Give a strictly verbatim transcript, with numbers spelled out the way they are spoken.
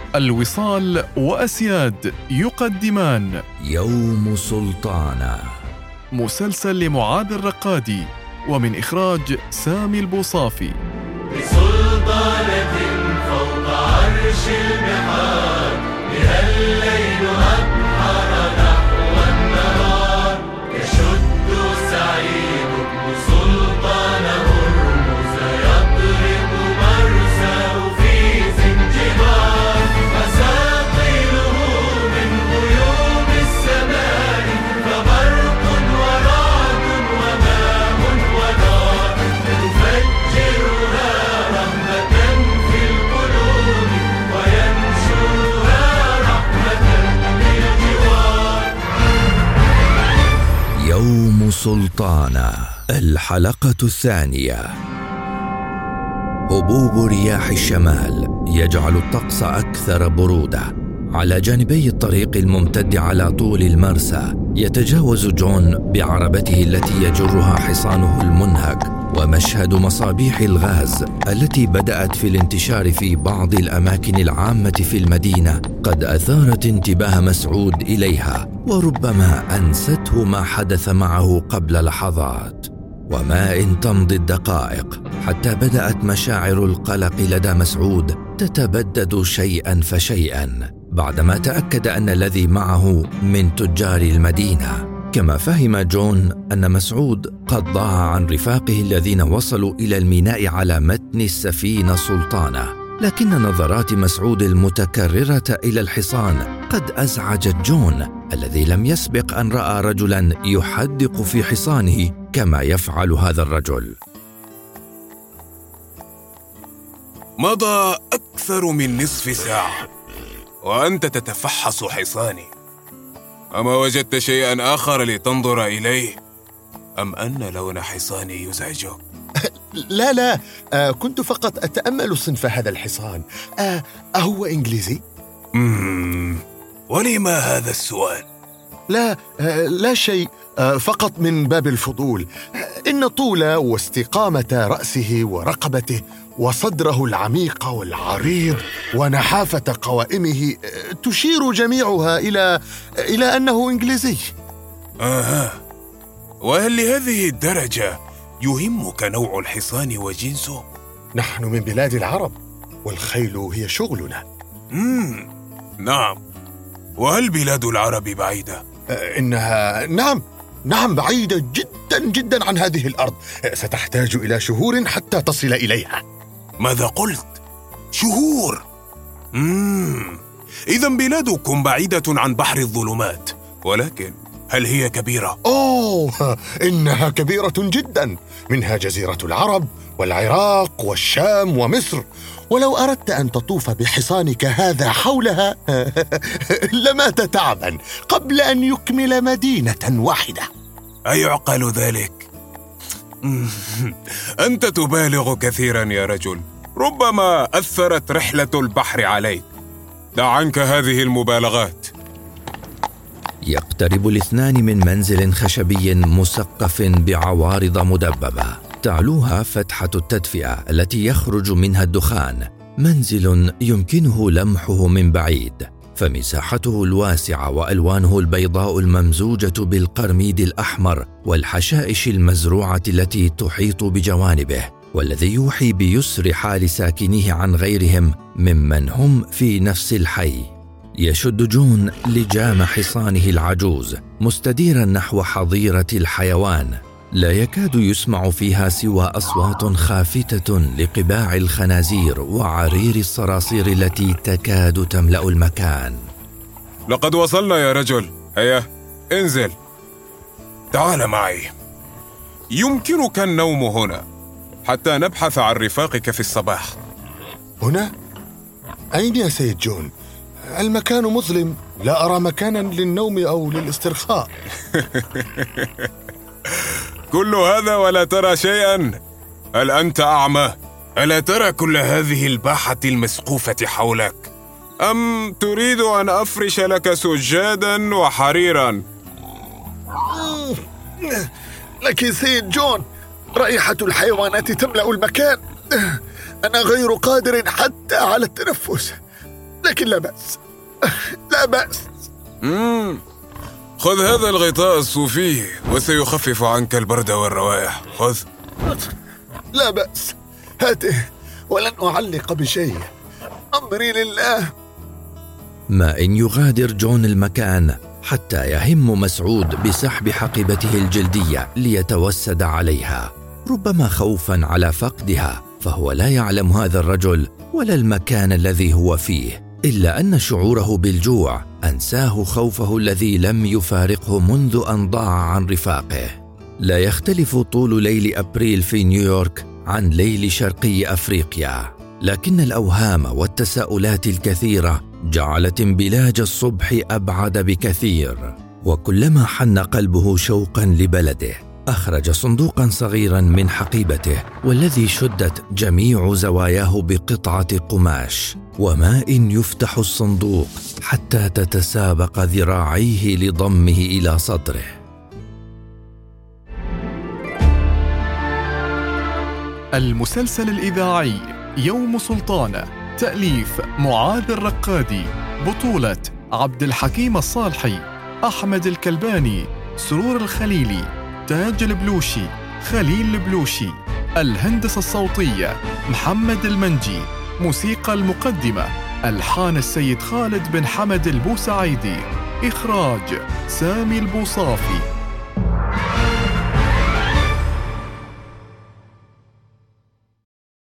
الوصال وأسياد يقدمان يوم سلطانة، مسلسل لمعاذ الرقادي، ومن إخراج سامي البوصافي. بسلطانة فوق عرش البحار، بها الليل أبحر نحو النهار، يشد سعيد بن سلطان هرمز، يضرب مرساه في زنجبار، أساطيله من غيوم السماء، فبرق ورعد وماء ونار، يفجرها رحمة في القلوب، وينشرها رحمة للجوار. يوم سلطانة، الحلقة الثانية. هبوب رياح الشمال يجعل الطقس أكثر برودة. على جانبي الطريق الممتد على طول المرسى يتجاوز جون بعربته التي يجرها حصانه المنهك، ومشهد مصابيح الغاز التي بدأت في الانتشار في بعض الأماكن العامة في المدينة قد أثارت انتباه مسعود إليها، وربما أنسته ما حدث معه قبل لحظات. وما إن تمضي الدقائق حتى بدأت مشاعر القلق لدى مسعود تتبدد شيئا فشيئا، بعدما تأكد أن الذي معه من تجار المدينة. كما فهم جون أن مسعود قد ضاع عن رفاقه الذين وصلوا إلى الميناء على متن السفينة سلطانة، لكن نظرات مسعود المتكررة إلى الحصان قد أزعجت جون، الذي لم يسبق أن رأى رجلا يحدق في حصانه كما يفعل هذا الرجل. مضى أكثر من نصف ساعة وأنت تتفحص حصاني، أما وجدت شيئا آخر لتنظر إليه؟ أم أن لون حصاني يزعجك؟ لا لا آه كنت فقط أتأمل صنف هذا الحصان. آه أهو إنجليزي؟ مم. ولما هذا السؤال؟ لا آه لا شيء، آه فقط من باب الفضول. آه إن طول واستقامة رأسه ورقبته وصدره العميق والعريض ونحافة قوائمه آه تشير جميعها إلى إلى أنه إنجليزي. آه. وهل لهذه الدرجة يهمك نوع الحصان وجنسه؟ نحن من بلاد العرب والخيل هي شغلنا. مم. نعم. وهل بلاد العرب بعيدة؟ آه إنها نعم نعم بعيدة جدا جدا عن هذه الأرض. آه ستحتاج إلى شهور حتى تصل إليها. ماذا قلت؟ شهور؟ مم. إذن بلادكم بعيدة عن بحر الظلمات، ولكن هل هي كبيرة؟ أوه إنها كبيرة جدا، منها جزيرة العرب والعراق والشام ومصر، ولو أردت أن تطوف بحصانك هذا حولها لمات تعبا قبل أن يكمل مدينة واحدة. أيعقل ذلك؟ أنت تبالغ كثيرا يا رجل، ربما أثرت رحلة البحر عليك. دع عنك هذه المبالغات. يقترب الاثنان من منزل خشبي مسقف بعوارض مدببة تعلوها فتحة التدفئة التي يخرج منها الدخان. منزل يمكنه لمحه من بعيد، فمساحته الواسعة وألوانه البيضاء الممزوجة بالقرميد الأحمر والحشائش المزروعة التي تحيط بجوانبه، والذي يوحي بيسر حال ساكنيه عن غيرهم ممن هم في نفس الحي. يشد جون لجام حصانه العجوز مستديرا نحو حظيرة الحيوان، لا يكاد يسمع فيها سوى أصوات خافتة لقباع الخنازير وعرير الصراصير التي تكاد تملأ المكان. لقد وصلنا يا رجل، هيا انزل، تعال معي. يمكنك النوم هنا حتى نبحث عن رفاقك في الصباح. هنا؟ أين يا سيد جون؟ المكان مظلم، لا أرى مكانا للنوم أو للاسترخاء. كل هذا ولا ترى شيئا؟ هل أنت أعمى؟ ألا ترى كل هذه الباحة المسقوفة حولك؟ أم تريد أن أفرش لك سجادا وحريرا؟ لكن سيد جون، رائحة الحيوانات تملأ المكان. أنا غير قادر حتى على التنفس. لكن لا بأس، لا بأس. مم. خذ هذا الغطاء الصوفي وسيخفف عنك البرد والروائح. خذ. لا بأس، هاته ولن أعلق بشيء، أمري لله. ما إن يغادر جون المكان حتى يهم مسعود بسحب حقيبته الجلدية ليتوسد عليها، ربما خوفاً على فقدها، فهو لا يعلم هذا الرجل ولا المكان الذي هو فيه، إلا أن شعوره بالجوع أنساه خوفه الذي لم يفارقه منذ أن ضاع عن رفاقه. لا يختلف طول ليل أبريل في نيويورك عن ليل شرقي أفريقيا، لكن الأوهام والتساؤلات الكثيرة جعلت انبلاج الصبح أبعد بكثير. وكلما حن قلبه شوقا لبلده أخرج صندوقا صغيرا من حقيبته، والذي شدت جميع زواياه بقطعة قماش، وما إن يفتح الصندوق حتى تتسابق ذراعيه لضمه إلى صدره. المسلسل الإذاعي يوم سلطانة، تأليف معاذ الرقادي، بطولة عبد الحكيم الصالحي، أحمد الكلباني، سرور الخليلي، تاج البلوشي، خليل البلوشي. الهندسة الصوتية محمد المنجي. موسيقى المقدمة ألحان السيد خالد بن حمد البوسعيدي. إخراج سامي البوصافي.